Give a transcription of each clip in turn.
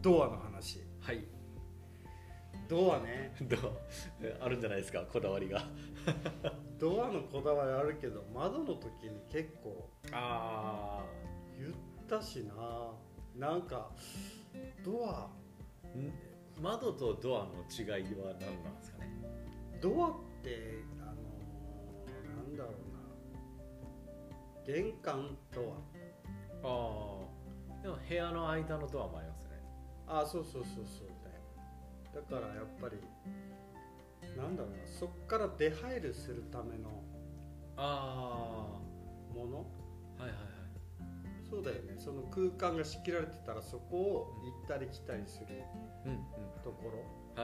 ドアの話。 はい。 ドアね。 ドアあるんじゃないですか、こだわりが。 ドアのこだわりあるけど、窓の時に結構言ったしな。なんかドア、 窓とドアの違いは何なんですかね。 ドアってなんだろうな、玄関ドでも部屋の間のドアもありますよね。 そうそうだからやっぱりなんだろうな、そっから出入りするためのもの。そうだよね。その空間が仕切られてたらそこを行ったり来たりするところ。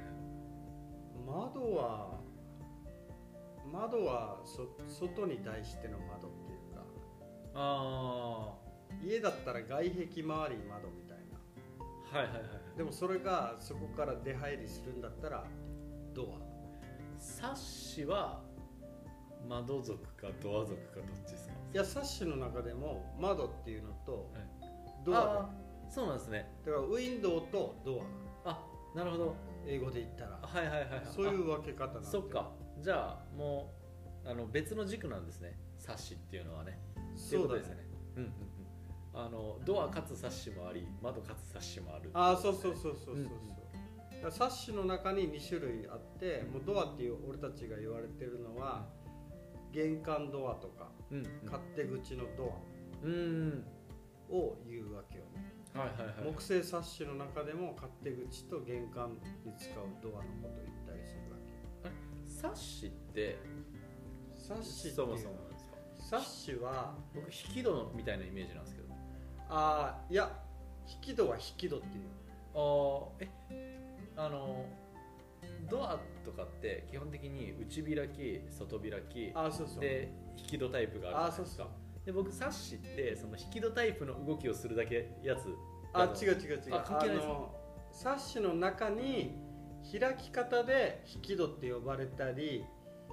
窓は外に対しての窓っていうか、家だったら外壁周り窓みたいな。でもそれがそこから出入りするんだったらドア。 サッシは窓族かドア族かどっちですか。 いや、サッシの中でも窓っていうのとドアで、 そうなんですね。 だからウィンドウとドア。 なるほど。 英語で言ったらそういう分け方なんで。 そっか。じゃあもう別の軸なんですね、サッシっていうのはね。 そうだね。 ドアかつサッシもあり、窓かつサッシもある。 そうサッシの中に2種類あって、もうドアっていう俺たちが言われてるのは、玄関ドアとか、勝手口のドアを言うわけよね。木製サッシの中でも勝手口と玄関に使うドアのことを言ったりするわけ。 サッシってそもそもなんですか。 サッシは僕引き戸みたいなイメージなんですけど。 いや、引き戸は引き戸っていう。 ドアとかって基本的に内開き外開きで引き戸タイプがあるじゃないですか。で僕サッシってその引き戸タイプの動きをするだけやつ。 違う関係ないですか。 サッシの中に開き方で引き戸って呼ばれたり、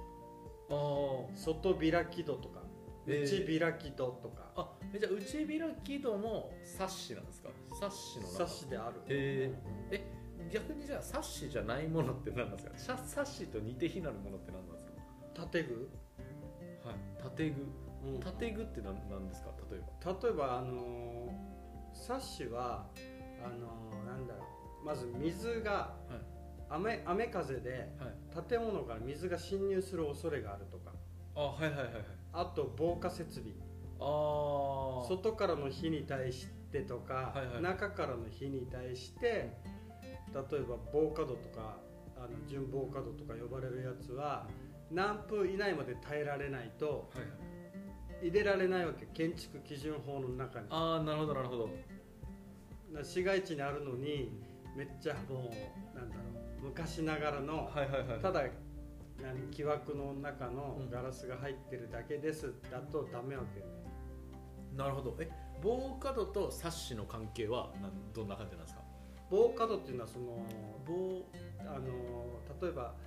外開き戸とか内開き戸とか。 じゃあ内開き戸もサッシなんですか。サッシの中。 サッシである。 逆にじゃあサッシじゃないものって何なんですか。サッシと似て非なるものって何なんですか。 建具。 建具。建具って何ですか。例えばサッシはなんだろう、まず水が、雨風で建物から水が侵入する恐れがあるとか。あと防火設備。外からの火に対してとか、中からの火に対して例えば防火戸とか準防火戸とか呼ばれるやつは何分以内まで耐えられないと入れられないわけ。建築基準法の中に。 なるほど。 市街地にあるのにめっちゃもうなんだろう、昔ながらの、ただ木枠の中のガラスが入ってるだけですだとダメわけよね。 なるほど。防火戸とサッシの関係はどんな感じなんですか。 防火戸っていうのは例えば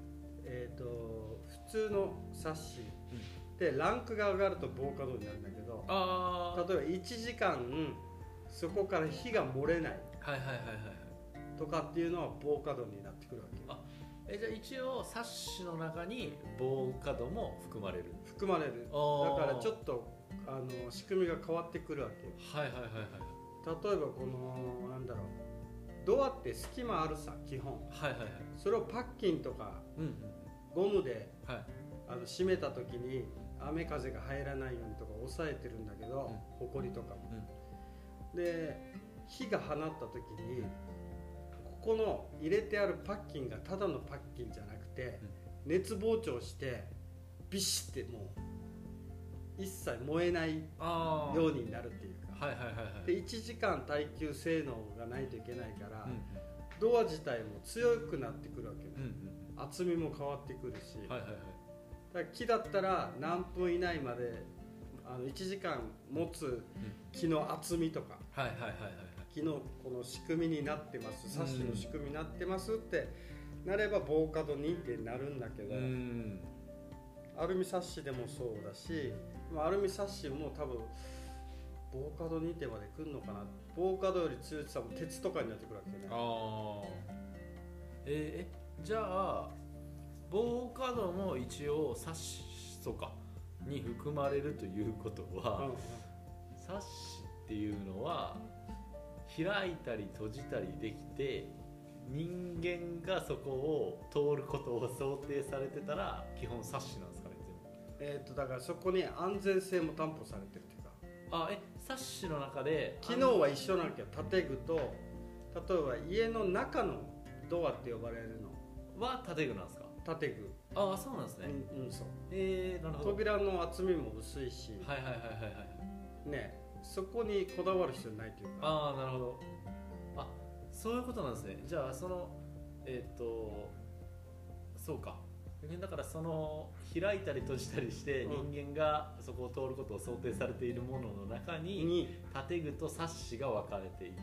普通のサッシでランクが上がると防火戸になるんだけど、例えば1時間そこから火が漏れないとかっていうのは防火戸になってくるわけ。 じゃあ一応サッシの中に防火戸も含まれる。 だからちょっと仕組みが変わってくるわけ。例えばこのなんだろう、ドアって隙間あるさ基本。それをパッキンとか、ゴムで、閉めた時に雨風が入らないようにとか抑えてるんだけど、ホコリとかも、で火が放った時にここの入れてあるパッキンがただのパッキンじゃなくて、熱膨張してビシッてもう一切燃えないようになるっていうか。で1時間耐久性能がないといけないから、ドア自体も強くなってくるわけね。厚みも変わってくるし、だから木だったら何分以内まで1時間持つ木の厚みとか、木のこの仕組みになってます、サッシの仕組みになってますってなれば防火戸認定になるんだけど、アルミサッシでもそうだし、アルミサッシも多分防火度認定まで来るのかな。防火度より強さも鉄とかになってくるわけね。 じゃあ防火度も一応サッシに含まれるということは、サッシっていうのは開いたり閉じたりできて、人間がそこを通ることを想定されてたら基本サッシなんですかね、 全部。だからそこに安全性も担保されてるっていうか。 サッシの中で機能は一緒なんだけど、建具と例えば家の中のドアって呼ばれるのは建具なんですか。 建具。 そうなんですね。 そう。 なるほど。 扉の厚みも薄いし、ね、そこにこだわる必要ないというか。 なるほど。そういうことなんですね。じゃあそうか。だからその開いたり閉じたりして人間がそこを通ることを想定されているものの中に建具とサッシが分かれていって、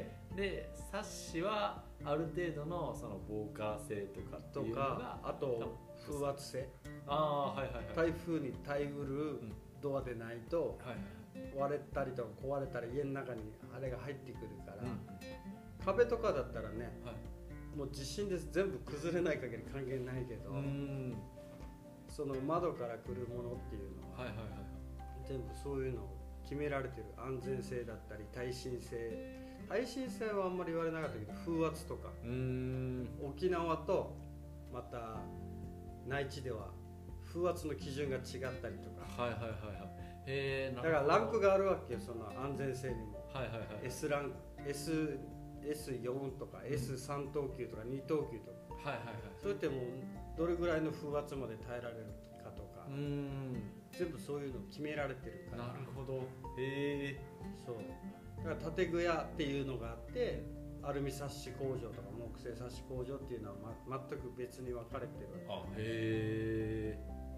でサッシはある程度のその防火性とかっていうのが、 あと風圧性、台風に耐えうるドアでないと割れたりとか壊れたら家の中にあれが入ってくるから、壁とかだったらね、もう地震で全部崩れない限り関係ないけど、その窓から来るものっていうのは全部そういうのを決められてる。安全性だったり耐震性はあんまり言われなかったけど、風圧とか沖縄とまた内地では風圧の基準が違ったりとか、だからランクがあるわけよ、その安全性にも。S ランク、S4 とか S3 等級とか2等級とか、そうやってもうどれぐらいの風圧まで耐えられるかとか、全部そういうの決められてるから。 なるほど。 そうだから建具屋っていうのがあって、アルミサッシ工場とか木製サッシ工場っていうのは、全く別に分かれてるわけ。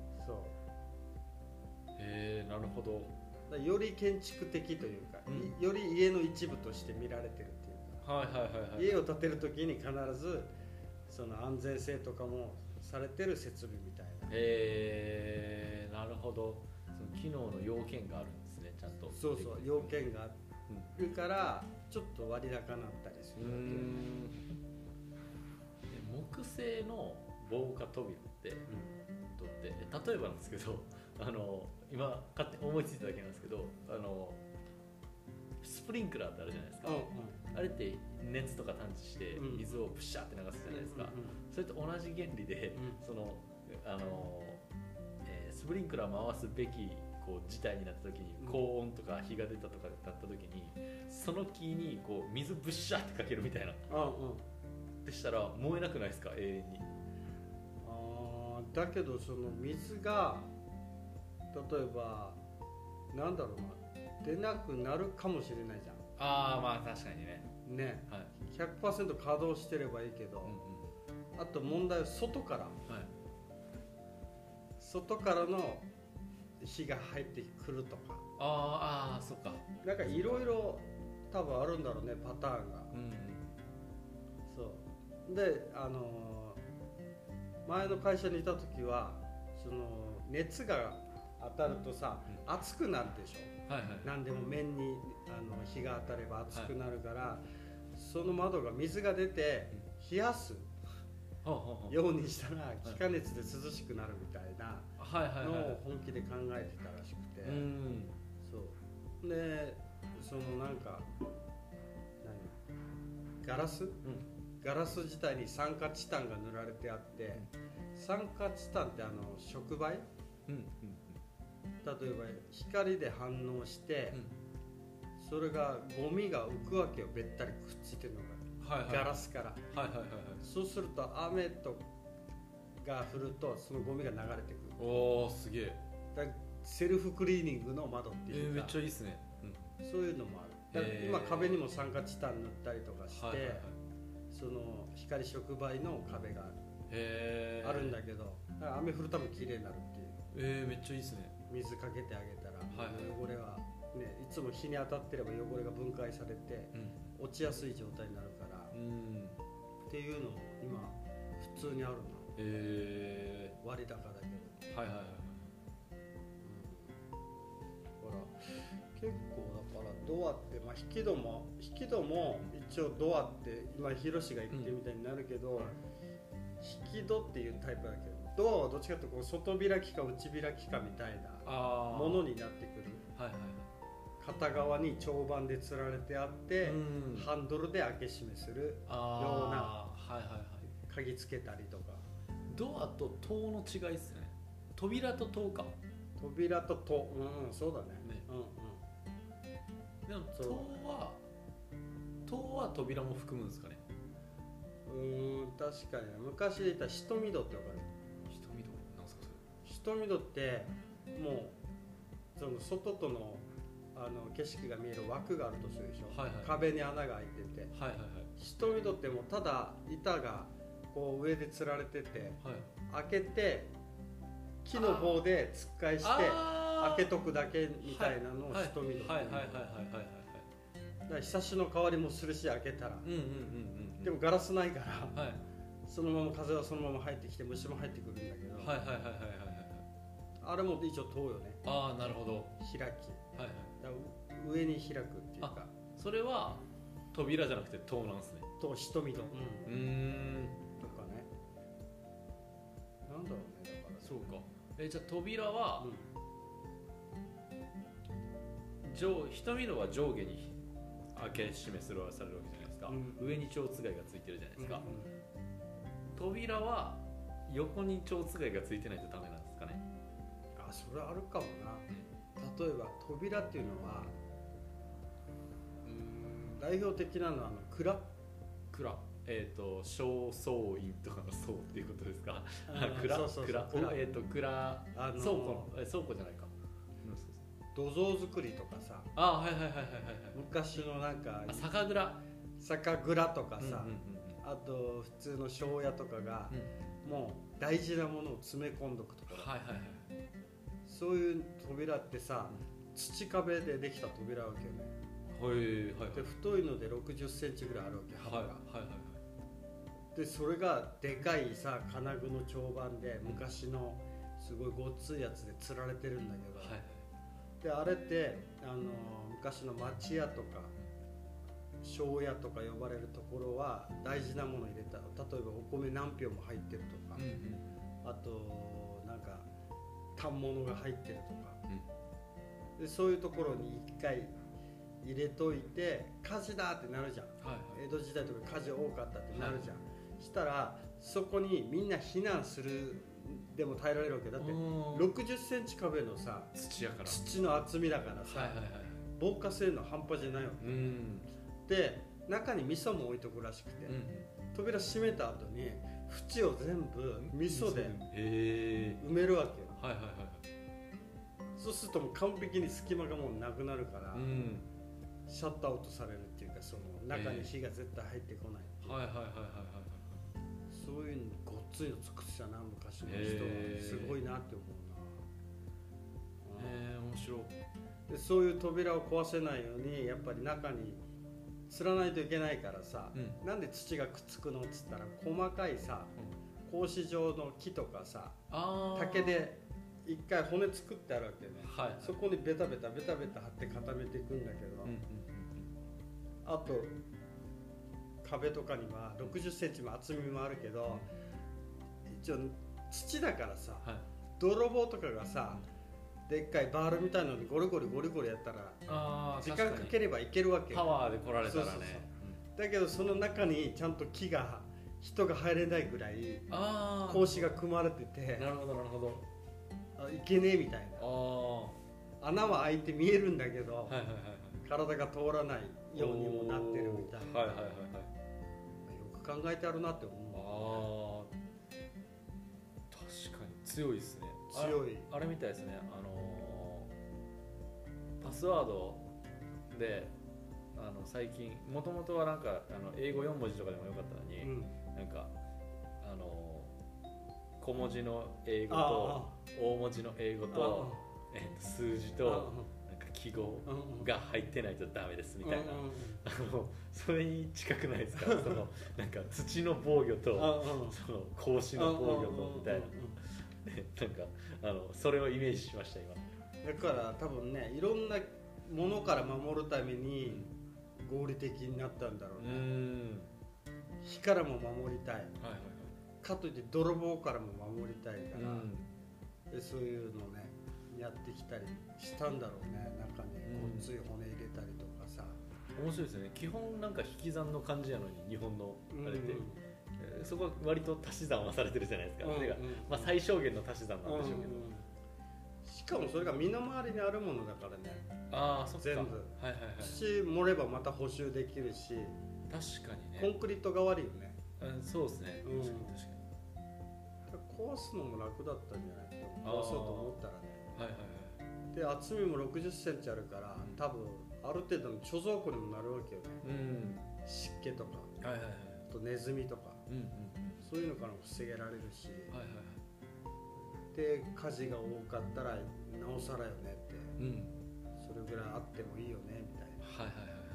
なるほど。 より建築的というか、より家の一部として見られてるっていうか、家を建てる時に必ずその安全性とかもされてる設備みたいな。 なるほど。その機能の要件があるんですね、ちゃんと。 そう要件があるから、ちょっと割高になったりする。 木製の防火扉って、例えばなんですけど、今勝手に思いついただけなんですけど、スプリンクラーってあるじゃないですか。あれって熱とか探知して水をプシャーって流すじゃないですか。それと同じ原理で、そのスプリンクラー回すべき事態になった時に、高温とか火が出たとかだった時に、その木に水ブッシャーってかけるみたいな、でしたら燃えなくないですか、永遠に。 だけどその水が例えばなんだろうな、出なくなるかもしれないじゃん。 まあ確かにね。 100% 稼働してればいいけど、あと問題は外から、外からの火が入ってくるとか。 そっか。 なんかいろいろ多分あるんだろうね、パターンが。そうで、前の会社にいた時は、その熱が当たるとさ、熱くなるでしょ。何でも面に日が当たれば熱くなるから、その窓が水が出て冷やすようにしたら気化熱で涼しくなるみたいなのを本気で考えてたらしくて、そうで、そのなんかガラス自体に酸化チタンが塗られてあって、酸化チタンって触媒、例えば光で反応して、それがゴミが浮くわけよ、べったりくっついてるのが、ガラスから。そうすると雨が降るとそのゴミが流れてくる。 すげえ。 セルフクリーニングの窓っていうか、 めっちゃいいっすね。 そういうのもある。今壁にも酸化チタン塗ったりとかして、その光触媒の壁があるんだけど、だから雨降るたび綺麗になるっていう。 めっちゃいいっすね。 水かけてあげたら、汚れは、ね、いつも日に当たってれば汚れが分解されて、落ちやすい状態になるから、っていうのも今普通にあるな。割高だけど。 ほら結構だドアって、まあ、引き戸も一応ドアって今ヒロシが言ってるみたいになるけど、引き戸っていうタイプだけど、ドアはどっちかというと外開きか内開きかみたいなものになってくる。はいはいはい、片側に長板でつられてあって、ハンドルで開け閉めするような、はいはいはい、鍵つけたりとか。 ドアと戸の違いですね。扉と戸か。 扉と戸、そうだね。 でも戸は扉も含むんですかね。 確かに昔で言ったら瞳戸ってわかる？ 瞳戸なんすかそれ？ 瞳戸ってもうその外との景色が見える枠があるとするでしょ、はいはい、壁に穴が開いてて、はいはいはい、瞳戸ってもうただ板がこう上でつられてて、はい、開けて木の棒でつっかえして開けとくだけみたいなのを瞳戸っていう。だからひさしの代わりもするし開けたら、でもガラスないから、はい、そのまま風はそのまま入ってきて虫も入ってくるんだけど、あれも一応戸よね。 ああなるほど。 開き、はいはい、だ上に開くっていうか。 それは扉じゃなくて戸なんですね。 戸、瞳戸、とかね。なんだろうね、だからそうか。じゃあ扉は、瞳戸は上下に開け閉めするされるわけじゃないですか、上に蝶つがいがついてるじゃないですか、扉は横に蝶つがいがついてないとダメなんですかね。 それはあるかもな。例えば扉っていうのは代表的なのは蔵、 正倉院とかの倉っていうことですか。蔵、倉倉庫じゃないか、 土蔵作りとかさ、 はいはいはいはいはい、 昔のなんか酒蔵とかさ、あと普通の庄屋とかが、もう大事なものを詰め込んどくところ、はいはいはい、そういう扉ってさ、土壁でできた扉わけよね。はいはいはい、で太いので60センチぐらいあるわけ、幅が、はいはいはい、でそれがでかいさ金具の長板で昔のすごいごっついやつでつられてるんだけど、はい、であれって昔の町屋とか庄屋とか呼ばれるところは大事なもの入れた、例えばお米何俵も入ってるとか、あとなんか反物が入ってるとか、でそういうところに一回入れといて火事だってなるじゃん、はいはい、江戸時代とか火事多かったってなるじゃん、はい、したらそこにみんな避難するでも耐えられるわけだって。60センチ壁のさ土やから、 土の厚みだからさ、はいはいはい、防火性能半端じゃないわけで、中に味噌も置いとくらしくて、扉閉めた後に縁を全部味噌で埋めるわけよ、はいはいはい、そうするともう完璧に隙間がもうなくなるから、シャットアウトされるっていうか、その中に火が絶対入ってこないっていう、はいはいはいはいはい、そういうのごっついの作ってたな昔の人は。すごいなって思うな。 面白い。 でそういう扉を壊せないようにやっぱり中につらないといけないからさ、なんで土がくっつくのっつったら、細かいさ、格子状の木とかさ、竹で一回骨作ってあるわけね、はいはい、そこにベタベタ貼って固めていくんだけど、あと壁とかには60センチも厚みもあるけど、一応土だからさ、はい、泥棒とかがさ、でっかいバールみたいなのにゴリゴリやったら時間かければいけるわけ。 パワーで来られたらね。そうだけどその中にちゃんと人が入れないぐらい格子が組まれてて、 なるほどなるほど、 いけねえみたいな、穴は開いて見えるんだけど、はいはいはいはい、体が通らないようにもなってるみたいな、はいはいはいはい、よく考えてあるなって思う。 確かに強いですね。 強い。 あれみたいですね、パスワードで最近もともとはなんか英語4文字とかでもよかったのに、なんか小文字の英語と大文字の英語と、数字となんか記号が入ってないとダメですみたいな、それに近くないですか？そのなんか土の防御とその格子の防御とみたいな、なんかそれをイメージしました今。 だから多分ね、いろんなものから守るために合理的になったんだろうね。火からも守りたい、はいはいはい、かといって泥棒からも守りたいから、でそういうのねやってきたりしたんだろうね。中にごっつい骨入れたりとかさ。 面白いですね。基本なんか引き算の感じやのに日本のあれで、そこは割と足し算はされてるじゃないですか。それがまあ最小限の足し算なんでしょうけど、 しかもそれが身の回りにあるものだからね。 ああ、そっか。 全部、はいはいはい、土盛ればまた補修できるし、 確かにね。 コンクリート代わりよね。 そうですね。確かに確かに。壊すのも楽だったんじゃないか。壊そうと思ったらね。はいはいはい。で厚みも60センチあるから、多分ある程度の貯蔵庫にもなるわけよね。湿気とか、はいはいはい、あとネズミとか、そういうのからも防げられるし、はいはい、で火事が多かったらなおさらよねって、それぐらいあってもいいよねみたいな。はいはいはい。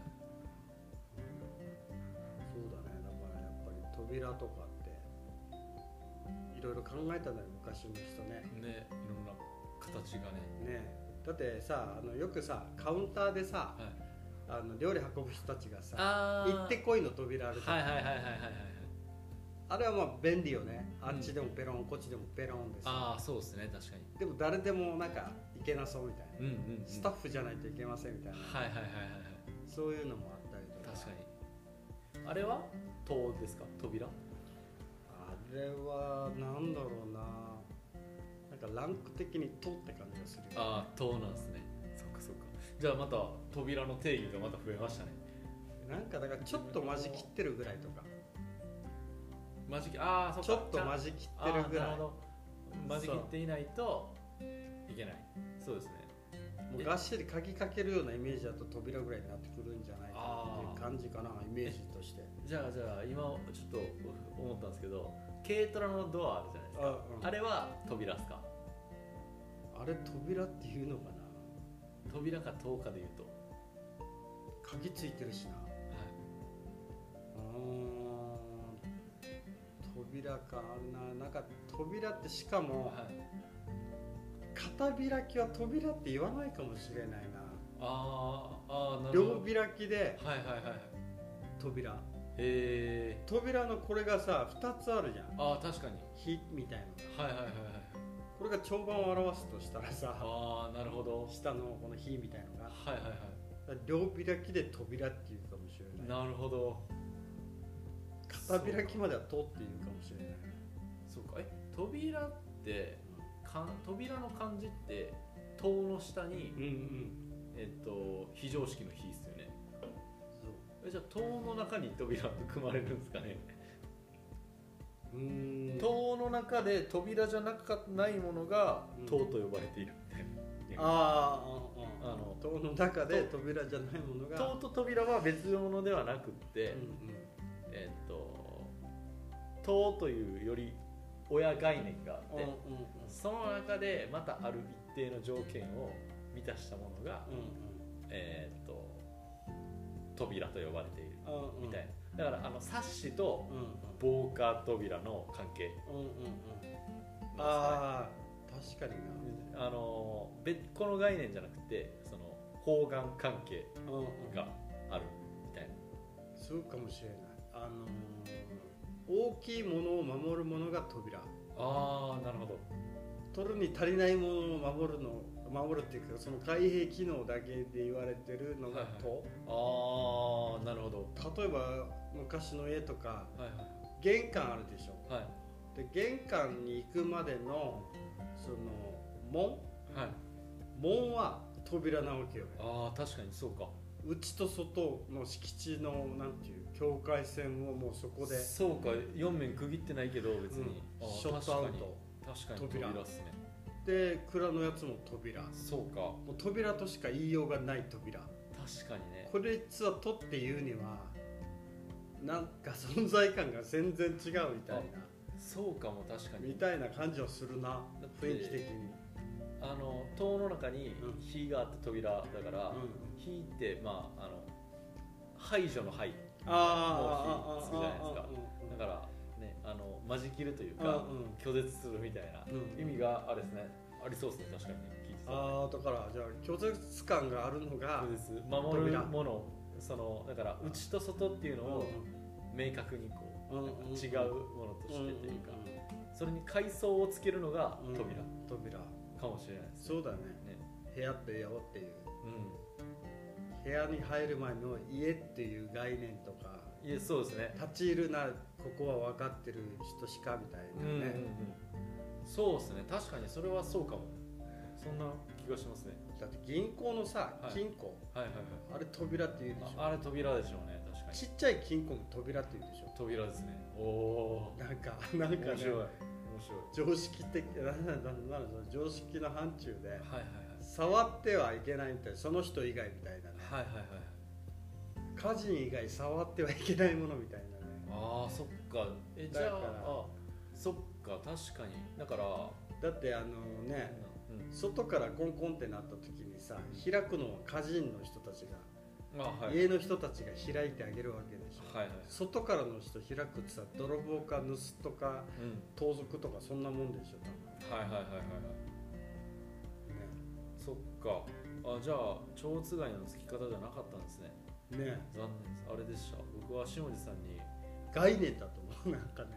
そうだね。だからやっぱり扉とかっていろいろ考えたんだよ昔の人ね。 ね、いろんな形がね。 ね。だってさ、よくさカウンターでさ、料理運ぶ人たちがさ、行ってこいの扉あるじゃん。あれはまあ便利よね。あっちでもペロン、こっちでもペロンです。 ああ、そうですね、確かに。 でも誰でもなんか行けなそうみたいな、スタッフじゃないといけませんみたいな、そういうのもあったりとか。 確かに。あれは戸ですか？扉？ あれはなんだろうな、なんかランク的に戸って感じがするよね。 ああ、戸なんですね。そっかそっか。じゃあまた扉の定義がまた増えましたね。 なんかだからちょっとまじきってるぐらいとか。 そっか。 ちょっとまじきってるぐらい。 まじきっていないといけない。そうですね。 もうがっしり鍵かけるようなイメージだと扉ぐらいになってくるんじゃないかっていう感じかな、イメージとして。 じゃあ今ちょっと思ったんですけど、軽トラのドアあるじゃないですか。あれは扉ですか？ あれ扉っていうのかな。 扉か戸かでいうと鍵ついてるしな。扉かな。なんか扉ってしかも、片開きは扉って言わないかもしれないな。なるほど。両開きで扉。扉のこれがさ2つあるじゃん。 確かに。 火みたいな。これが長板を表すとしたらさ、 なるほど。 下のこの火みたいのが、両開きで扉っていうかもしれない。 なるほど。 片開きまでは戸っていうかもしれない。 そうか。扉って扉の漢字って戸の下に、非常識の非ですよね。じゃあ戸の中に扉って組まれるんですかね。戸の中で扉じゃないものが戸と呼ばれているみたいな。 戸の中で扉じゃないものが。 戸と扉は別物ではなくって、戸というより親概念があって、その中でまたある一定の条件を満たしたものが、扉と呼ばれているみたいな。だからサッシと防火扉の関係、 確かにな。 この概念じゃなくてその方眼関係があるみたいな。 そうかもしれない。大きいものを守るものが扉。 なるほど。 取るに足りないものを守るっていうか、その開閉機能だけで言われてるのが戸。 なるほど。 例えば昔の家とか、玄関あるでしょ。で玄関に行くまでのその門は扉なわけよね。 確かにそうか。 内と外の敷地のなんていう境界線をもうそこで。 そうか。4面区切ってないけど別に、 ショットアウト。 確かに扉っすね。 で蔵のやつも扉。 そうか。 もう扉としか言いようがない扉。 確かにね。 これ実は戸っていうにはなんか存在感が全然違うみたいな。 そうかも。確かにみたいな感じはするな、雰囲気的に。 戸の中に火があって扉だから、火って排除の排の火つくじゃないですか。だからね、間仕切るというか、拒絶するみたいな意味があれですね。ありそうですね。確かにね、聞いてああ、だからじゃあ拒絶感があるのがそうです。守るもの、そのだから内と外っていうのを明確にこう、違うものとしてというか、それに階層をつけるのが扉かもしれないです、 そうだね。部屋ってよっていう、部屋に入る前の家っていう概念とか、 いやそうですね、 立ち入るなここは分かってる人しかみたいなね、 そうですね、確かにそれはそうかも、そんな気がしますね。 だって銀行のさ、金庫、あれ扉って言うでしょ。 あれ扉でしょうね、確かに。 ちっちゃい金庫も扉って言うでしょ。 扉ですね。おお、 なんかね、面白い常識的常識の範疇で、触ってはいけないみたいな、その人以外みたいなね、家人以外触ってはいけないものみたいなね。 ああ、そっか。じゃあ、そっか、確かに。だからだって外からコンコンってなった時にさ、開くのは家人の人たちが、家の人たちが開いてあげるわけでしょ、外からの人開くってさ、泥棒か盗人か、盗賊とかそんなもんでしょ多分。 そっか。じゃあ蝶つがいの付き方じゃなかったんですね。残念です。あれでした。僕は下地さんに概念だと思う。なんかね、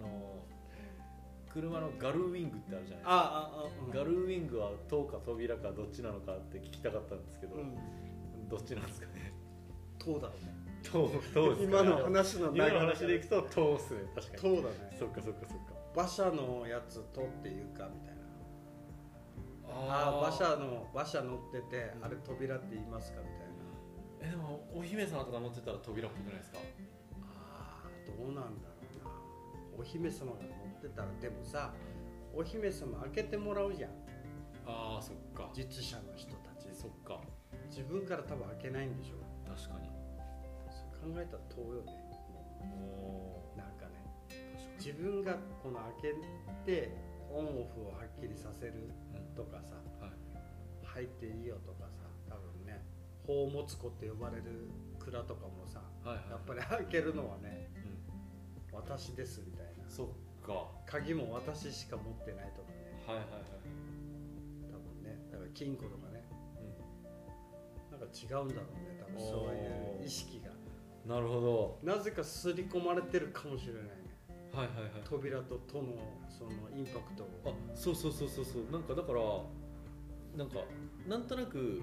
車のガルウィングってあるじゃないですか。ガルウィングは塔か扉かどっちなのかって聞きたかったんですけど、どっちなんですかね。 塔だろうね。 塔ですかね。今の話でいくと塔っすね。確かに。 塔だね。 そっか。 馬車のやつ塔っていうかみたいな。馬車乗ってて、あれ扉って言いますかみたいな。 でもお姫様とか乗ってたら扉っぽくないですか。 どうなんだろうな。お姫様が乗ってたら、でもさ、お姫様開けてもらうじゃん。 そっか。 実写の人たち。 そっか。 自分から多分開けないんでしょ。 確かに。 そう考えたら遠よね。なんかね、自分がこの開けてオンオフをはっきりさせるとかさ、入っていいよとかさ、多分ね、宝物庫って呼ばれる蔵とかもさ、やっぱり開けるのはね、私ですみたいな。 そっか。 鍵も私しか持ってないとかね。多分ね、だから金庫とかね、なんか違うんだろうね、多分そういう意識が。 なるほど。なぜか刷り込まれてるかもしれないね。扉と戸のそのインパクトを。 そう。なんかだからなんとなく、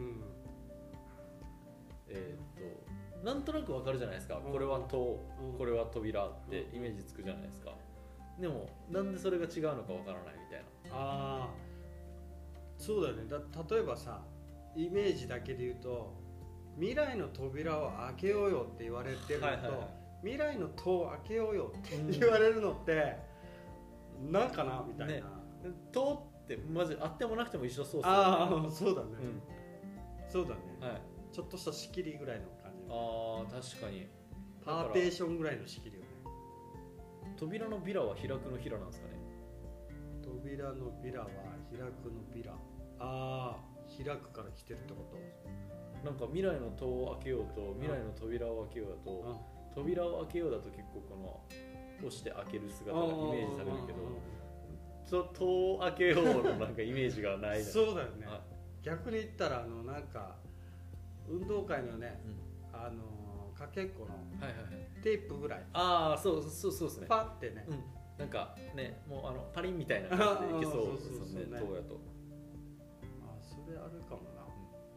なんとなくわかるじゃないですか。これは戸、これは扉ってイメージつくじゃないですか。でもなんでそれが違うのかわからないみたいな。 そうだよね。例えばさ、イメージだけで言うと、未来の扉を開けようよって言われてるのと、未来の戸を開けようよって言われるのってなんかなみたいな。 戸ってマジあってもなくても一緒そうですよね。そうだね。ちょっとした仕切りぐらいの感じ。 確かに。 パーテーションぐらいの仕切りよね。 扉のビラは開くのヒラなんですかね。 扉のビラは開くのビラ。開くから来てるってこと。 なんか未来の戸を開けようと、未来の扉を開けようだと、扉を開けようだと結構この押して開ける姿がイメージされるけど、戸を開けようのなんかイメージがないそうだよね。逆に言ったらなんか運動会のね、かけっこのテープぐらい。 そうですね。 パッてね、 なんかね、もうパリンみたいな感じでいけそうですね。戸やと。 それあるかもな。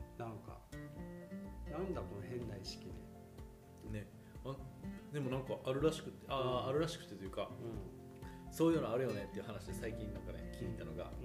なんだこの変な意識で。 ね。でもなんかあるらしくて、あるらしくてというか、そういうのあるよねっていう話で最近なんかね聞いたのが、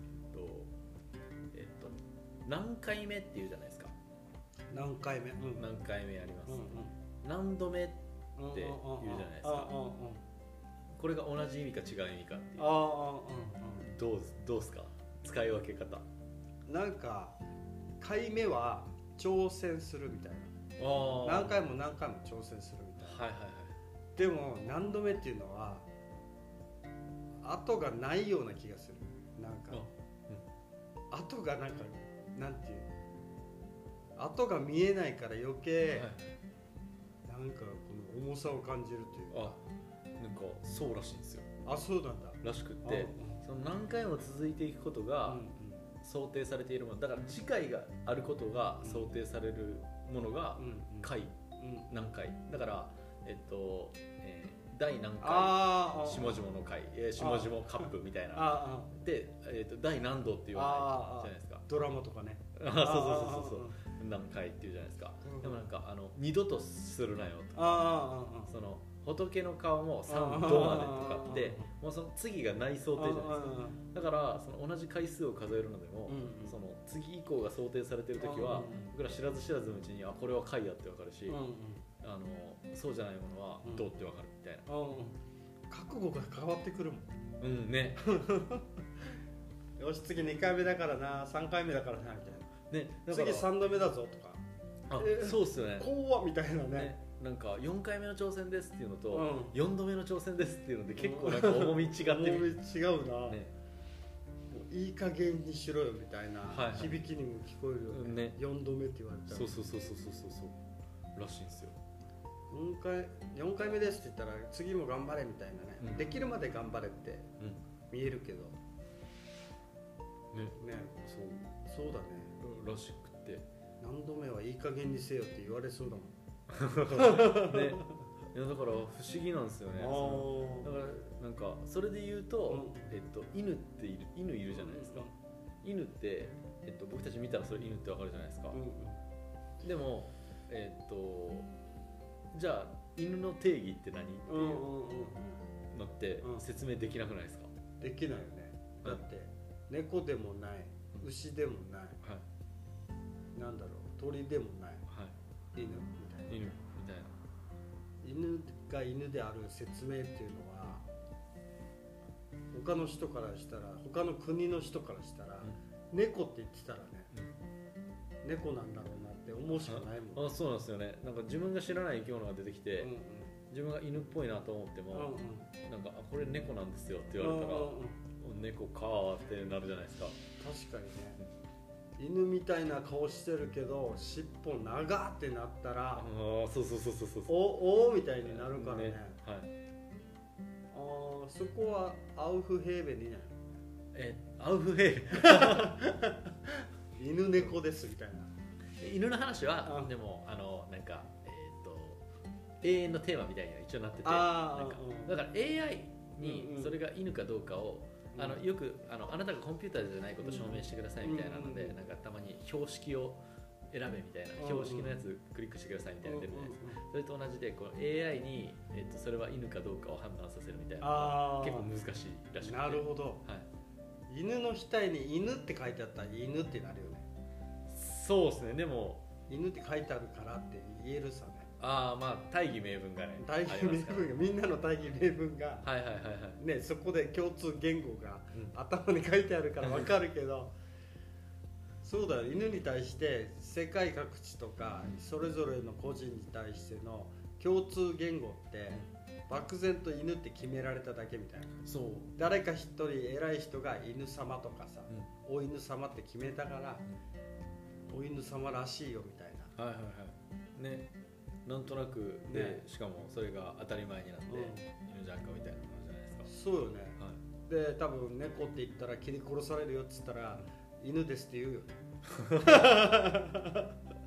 何回目っていうじゃないですか。 何回目、 何回目あります。何度目って言うじゃないですか。これが同じ意味か違う意味かっていう。どうですか、使い分け方。 なんか回目は挑戦するみたいな。何回も何回も挑戦するみたいな。でも何度目っていうのは後がないような気がする。なんか後がなんていう、後が見えないから余計なんかこの重さを感じるというか。 なんかそうらしいんですよ。 そうなんだ。 らしくって、その何回も続いていくことが、 想定されているものだから次回があることが想定されるものが回、何回だから第何回下々の回下々カップみたいなで、第何度っていうじゃないですかドラマとかねそう何回っていうじゃないですか、でもなんか二度とするなよとかその仏の顔も3度までとかってもうその次がない想定じゃないですか、だからその同じ回数を数えるのでも、その次以降が想定されてる時は僕ら知らず知らずのうちにこれは回やって分かるし、そうじゃないものはどうって分かるみたいな、 覚悟が変わってくるもんねよし次2回目だからな3回目だからなみたいな、ね、次3度目だぞとかそうっすよね怖っみたいなねなんか4回目の挑戦ですっていうのと、4度目の挑戦ですっていうので結構なんか重み違って重み違うな、ね、もういい加減にしろよみたいな、響きにも聞こえるよ ね4度目って言われたらそうらしいんですよ。 4回目ですって言ったら次も頑張れみたいなね、できるまで頑張れって見えるけどねそうだねらしくって何度目はいい加減にせよって言われそうだもんね、いやだから不思議なんですよね。だからなんかそれで言うと、犬って犬いるじゃないですか。犬って、僕たち見たらそれ犬ってわかるじゃないですか。でもじゃあ犬の定義って何っていうのって説明できなくないですか？ できないよね。だって猫でもない牛でもない、なんだろう鳥でもない、犬みたいな犬が犬である説明っていうのは他の人からしたら他の国の人からしたら、猫って言ってたらね、猫なんだろうなって思うしかないもん。 そうなんですよね。なんか自分が知らない生き物が出てきて、自分が犬っぽいなと思っても、なんかこれ猫なんですよって言われたら、猫かーってなるじゃないですか。 確かにね。犬みたいな顔してるけど尻尾長ってなったらそうおみたいになるからね。そこはアウフヘーベンにない。 アウフヘーベン犬猫ですみたいな。 犬の話はでもなんか永遠のテーマみたいには一応なってて、なんかだから AI にそれが犬かどうかをよくあなたがコンピューターじゃないことを証明してくださいみたいなので、なんかたまに標識を選べみたいな、標識のやつクリックしてくださいみたいなの出るじゃないですか。それと同じでこう AI に、それは犬かどうかを判断させるみたいなのが結構難しいらしくて。 なるほど、犬の額に犬って書いてあったら犬ってなるよね。 そうですね。でも犬って書いてあるからって言えるさね。 まあ大義名分がね、 大義名分がみんなの大義名分がね、そこで共通言語が頭に書いてあるから分かるけどそうだよ、犬に対して世界各地とかそれぞれの個人に対しての共通言語って漠然と犬って決められただけみたいな。そう誰か一人偉い人が犬様とかさ、お犬様って決めたから、お犬様らしいよみたいな。 ね、なんとなくで、しかもそれが当たり前になって、犬じゃんかみたいな感じじゃないですか。 そうよね、で多分猫って言ったら切り殺されるよっつったら犬ですって言うよねなんか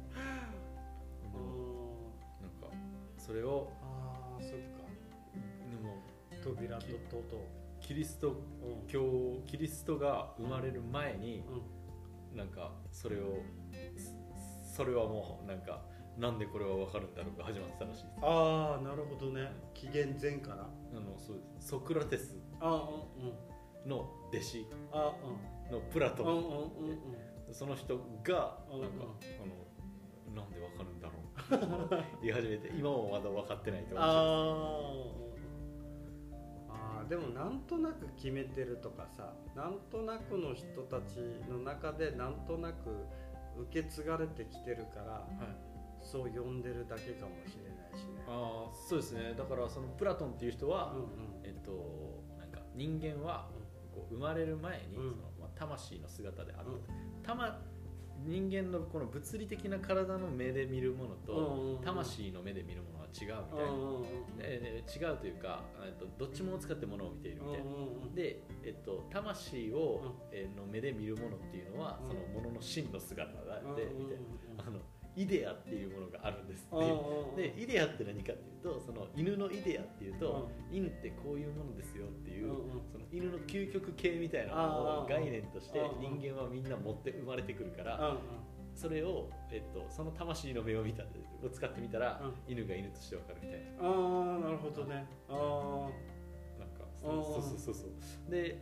それをそっか、 でも扉ととうとうキリストが生まれる前に、なんかそれはもうなんでこれは分かるんだろうが始まってたらしいです。 なるほどね。紀元前からそうソクラテスの弟子のプラトン、その人がなんで分かるんだろう言い始めて、今もまだ分かってないと思う。でもなんとなく決めてるとかさ、なんとなくの人たちの中でなんとなく受け継がれてきてるから、そう呼んでるだけかもしれないしね。 そうですね。だからそのプラトンっていう人は、なんか人間はこう生まれる前に、その魂の姿であった、 人間のこの物理的な体の目で見るものと魂の目で見るものは違うみたいな、違うというかどっちも使ってものを見ているみたいなで、魂をの目で見るものっていうのはそのものの真の姿でみたいなイデアっていうものがあるんですってでイデアって何かっていうとその犬のイデアっていうと犬ってこういうものですよっていうその犬の究極系みたいなものを概念として人間はみんな持って生まれてくるからそれを、その魂の目を使ってみたら犬が犬としてわかるみたいな。 なるほどね。 なんかそうで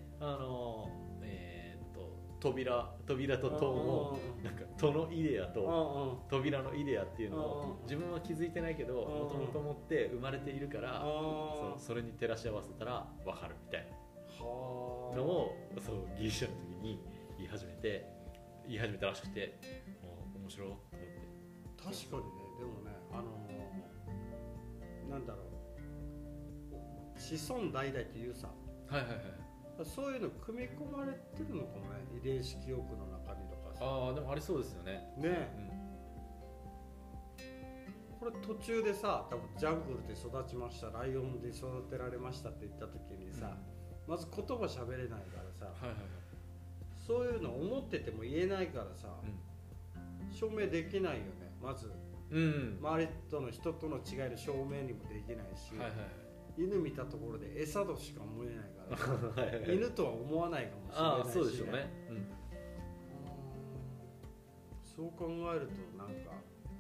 扉と戸もなんか戸のイデアと扉のイデアっていうのを自分は気づいてないけどもともと持って生まれているからそれに照らし合わせたら分かるみたいなのをギリシャの時に言い始めたらしくて面白いと思って。 確かにね。でもねなんだろう子孫代々っていうさそういうの組み込まれてるのかもね遺伝子記憶の中にとかさ。 でもありそうですよね。 これ途中でさ多分ジャングルで育ちましたライオンで育てられましたって言った時にさ、まず言葉喋れないからさ、そういうの思ってても言えないからさ、証明できないよねまず、周りとの人との違いの証明にもできないし、犬見たところで餌としか思えないから犬とは思わないかもしれないし、 そうでしょうね。 そう考えるとなんか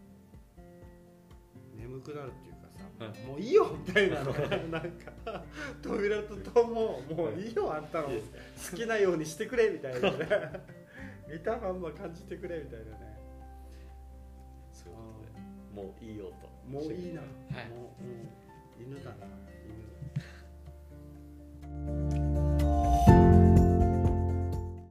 眠くなるっていうかさ、もういいよみたいなのがなんか扉と戸ももういいよあんたの好きなようにしてくれみたいなね見たまんま感じてくれみたいなね。 そういうことでもういいよともういいな、もう犬だな犬